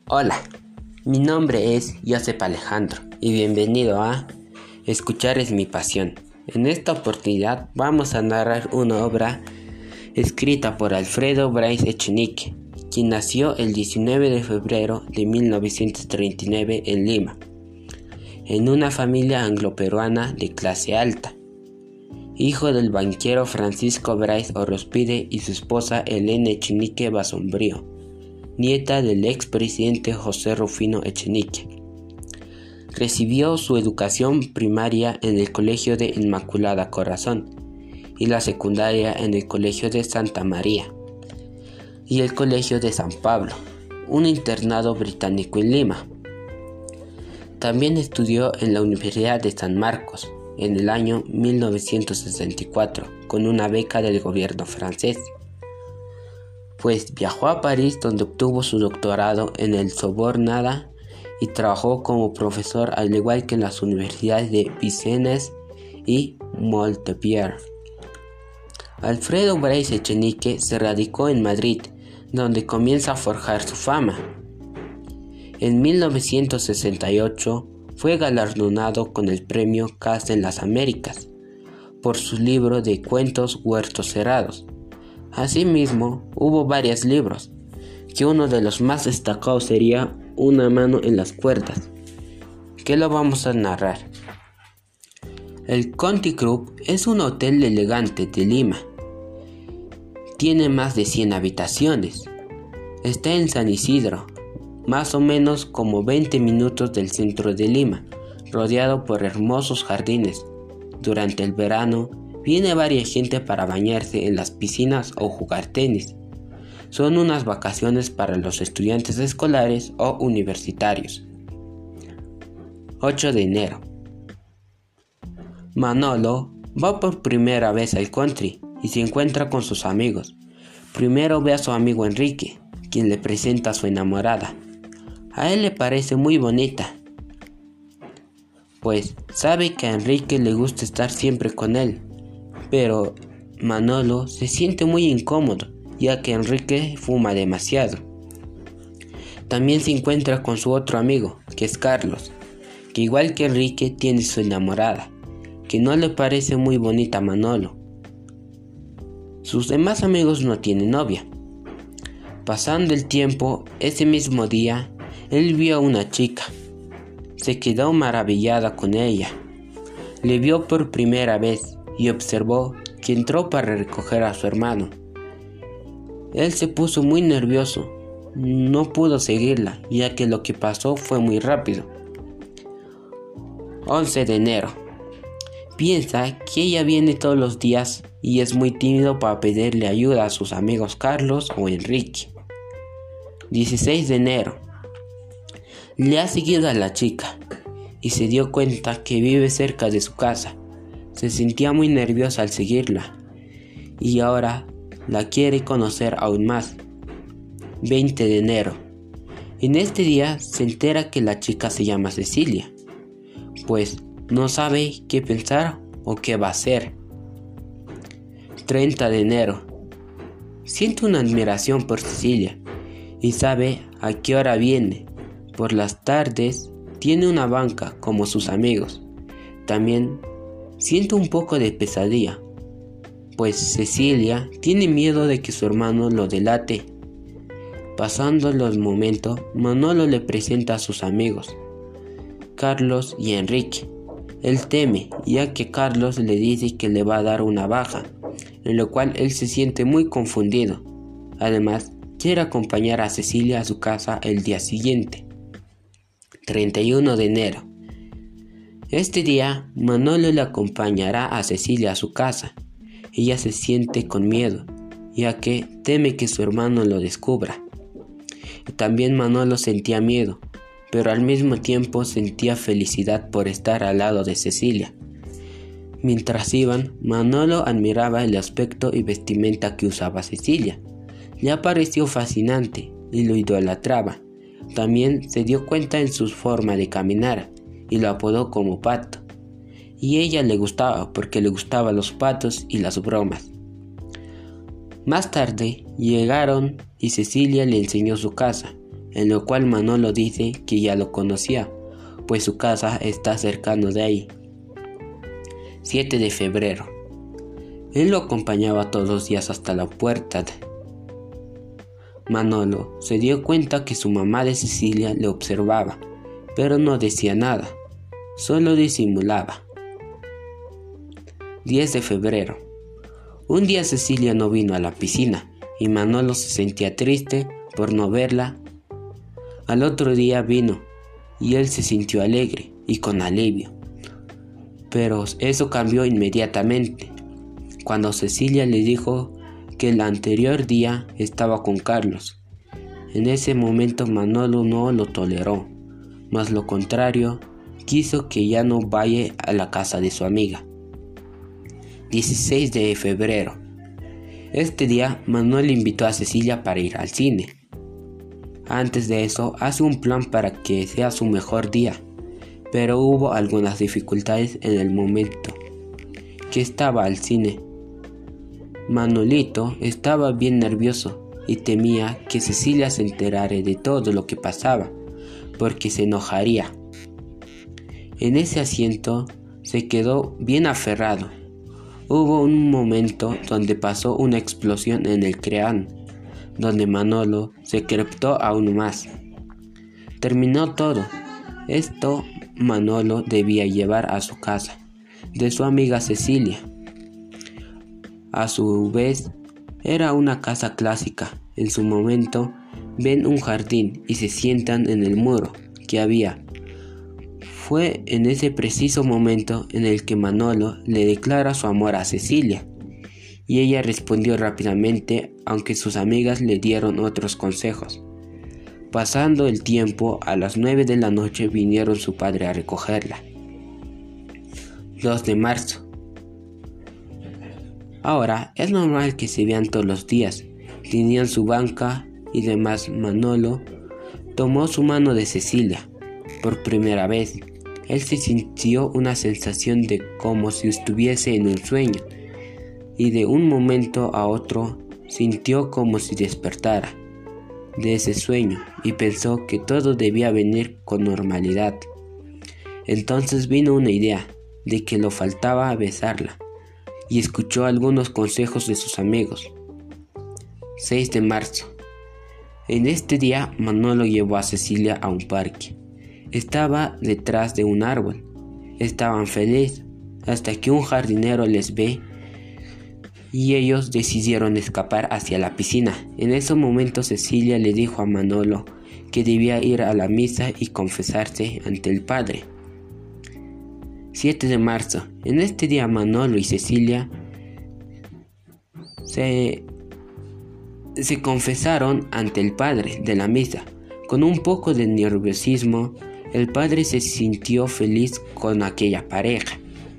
Hola, mi nombre es Josep Alejandro y bienvenido a Escuchar es mi pasión. En esta oportunidad vamos a narrar una obra escrita por Alfredo Bryce Echenique, quien nació el 19 de febrero de 1939 en Lima, en una familia anglo-peruana de clase alta, hijo del banquero Francisco Bryce Orospide y su esposa Elena Echenique Basombrío, nieta del expresidente José Rufino Echenique. Recibió su educación primaria en el Colegio de Inmaculada Corazón y la secundaria en el Colegio de Santa María y el Colegio de San Pablo, un internado británico en Lima. También estudió en la Universidad de San Marcos en el año 1964 con una beca del gobierno francés, pues viajó a París, donde obtuvo su doctorado en el Sorbonne y trabajó como profesor, al igual que en las universidades de Vincennes y Montpellier. Alfredo Bryce Echenique se radicó en Madrid, donde comienza a forjar su fama. En 1968 fue galardonado con el premio Cas de las Américas por su libro de cuentos Huertos Cerrados. Asimismo, hubo varios libros, que uno de los más destacados sería Una mano en las cuerdas, que lo vamos a narrar. El Conti Club es un hotel elegante de Lima. Tiene más de 100 habitaciones. Está en San Isidro, más o menos como 20 minutos del centro de Lima, rodeado por hermosos jardines. Durante el verano, viene varias gente para bañarse en las piscinas o jugar tenis. Son unas vacaciones para los estudiantes escolares o universitarios. 8 de enero. Manolo va por primera vez al country y se encuentra con sus amigos. Primero ve a su amigo Enrique, quien le presenta a su enamorada. A él le parece muy bonita, pues sabe que a Enrique le gusta estar siempre con él. Pero Manolo se siente muy incómodo, ya que Enrique fuma demasiado. También se encuentra con su otro amigo, que es Carlos, que igual que Enrique tiene su enamorada, que no le parece muy bonita a Manolo. Sus demás amigos no tienen novia. Pasando el tiempo, ese mismo día, él vio a una chica. Se quedó maravillada con ella. Le vio por primera vez y observó que entró para recoger a su hermano. Él se puso muy nervioso. No pudo seguirla, ya que lo que pasó fue muy rápido. 11 de enero. Piensa que ella viene todos los días y es muy tímido para pedirle ayuda a sus amigos Carlos o Enrique. 16 de enero. Le ha seguido a la chica y se dio cuenta que vive cerca de su casa. Se sentía muy nerviosa al seguirla y ahora la quiere conocer aún más. 20 de enero. En este día se entera que la chica se llama Cecilia, pues no sabe qué pensar o qué va a hacer. 30 de enero. Siente una admiración por Cecilia y sabe a qué hora viene. Por las tardes tiene una banca como sus amigos. También siente un poco de pesadilla, pues Cecilia tiene miedo de que su hermano lo delate. Pasando los momentos, Manolo le presenta a sus amigos, Carlos y Enrique. Él teme, ya que Carlos le dice que le va a dar una baja, en lo cual él se siente muy confundido. Además, quiere acompañar a Cecilia a su casa el día siguiente. 31 de enero. Este día, Manolo le acompañará a Cecilia a su casa. Ella se siente con miedo, ya que teme que su hermano lo descubra. También Manolo sentía miedo, pero al mismo tiempo sentía felicidad por estar al lado de Cecilia. Mientras iban, Manolo admiraba el aspecto y vestimenta que usaba Cecilia. Le pareció fascinante y lo idolatraba. También se dio cuenta en su forma de caminar y lo apodó como Pato. Y ella le gustaba porque le gustaban los patos y las bromas. Más tarde llegaron y Cecilia le enseñó su casa, en lo cual Manolo dice que ya lo conocía, pues su casa está cercano de ahí. 7 de febrero. Él lo acompañaba todos los días hasta la puerta. Manolo se dio cuenta que su mamá de Cecilia le observaba, pero no decía nada, solo disimulaba. 10 de febrero. Un día Cecilia no vino a la piscina y Manolo se sentía triste por no verla. Al otro día vino y él se sintió alegre y con alivio. Pero eso cambió inmediatamente, cuando Cecilia le dijo que el anterior día estaba con Carlos. En ese momento Manolo no lo toleró, más lo contrario, quiso que ya no vaya a la casa de su amiga. 16 de febrero. Este día Manuel invitó a Cecilia para ir al cine. Antes de eso hace un plan para que sea su mejor día, pero hubo algunas dificultades en el momento que estaba al cine. Manolito estaba bien nervioso y temía que Cecilia se enterara de todo lo que pasaba, porque se enojaría. En ese asiento se quedó bien aferrado. Hubo un momento donde pasó una explosión en el cráneo, donde Manolo se creptó aún más. Terminó todo. Esto Manolo debía llevar a su casa, de su amiga Cecilia. A su vez, era una casa clásica. En su momento, ven un jardín y se sientan en el muro que había. Fue en ese preciso momento en el que Manolo le declara su amor a Cecilia, y ella respondió rápidamente, aunque sus amigas le dieron otros consejos. Pasando el tiempo, a las 9 de la noche vinieron su padre a recogerla. 2 de marzo. Ahora es normal que se vean todos los días. Tenían su banca y demás. Manolo tomó su mano de Cecilia por primera vez. Él se sintió una sensación de como si estuviese en un sueño, y de un momento a otro sintió como si despertara de ese sueño y pensó que todo debía venir con normalidad. Entonces vino una idea de que le faltaba besarla y escuchó algunos consejos de sus amigos. 6 de marzo. En este día Manolo llevó a Cecilia a un parque. Estaba detrás de un árbol. Estaban felices hasta que un jardinero les ve y ellos decidieron escapar hacia la piscina. En ese momento Cecilia le dijo a Manolo que debía ir a la misa y confesarse ante el Padre. 7 de marzo. En este día Manolo y Cecilia se confesaron ante el Padre de la misa. Con un poco de nerviosismo, el padre se sintió feliz con aquella pareja.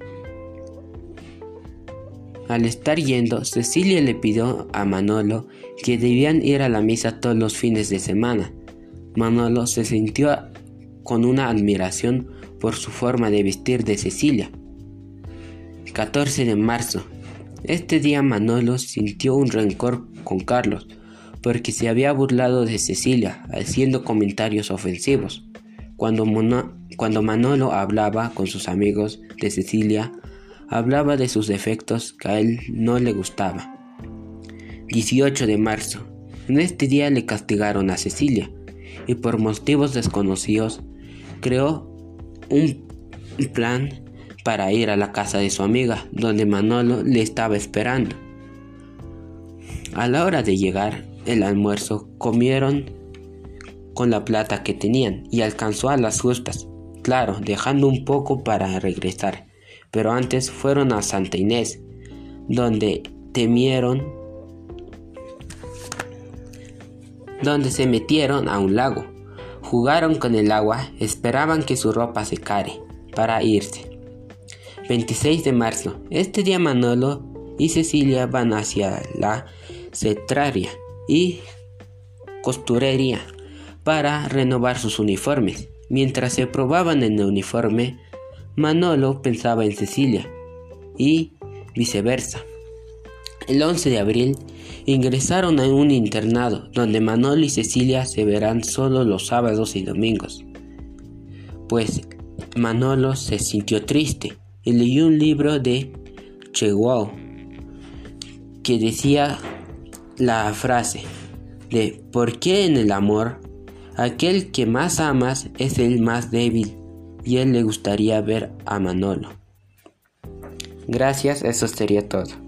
Al estar yendo, Cecilia le pidió a Manolo que debían ir a la misa todos los fines de semana. Manolo se sintió con una admiración por su forma de vestir de Cecilia. 14 de marzo. Este día Manolo sintió un rencor con Carlos, porque se había burlado de Cecilia, haciendo comentarios ofensivos. Cuando Manolo hablaba con sus amigos de Cecilia, hablaba de sus defectos que a él no le gustaba. 18 de marzo. En este día le castigaron a Cecilia, y por motivos desconocidos, creó un plan para ir a la casa de su amiga, donde Manolo le estaba esperando. A la hora de llegar el almuerzo, comieron con la plata que tenían y alcanzó a las justas, claro, dejando un poco para regresar, pero antes fueron a Santa Inés, donde se metieron a un lago, jugaron con el agua, esperaban que su ropa secara para irse. 26 de marzo. Este día Manolo y Cecilia van hacia la cetraria y costurería para renovar sus uniformes. Mientras se probaban en el uniforme, Manolo pensaba en Cecilia y viceversa. El 11 de abril ingresaron a un internado donde Manolo y Cecilia se verán solo los sábados y domingos, pues Manolo se sintió triste y leyó un libro de Chekhov que decía la frase de ¿por qué en el amor aquel que más amas es el más débil? Y él le gustaría ver a Manolo. Gracias, eso sería todo.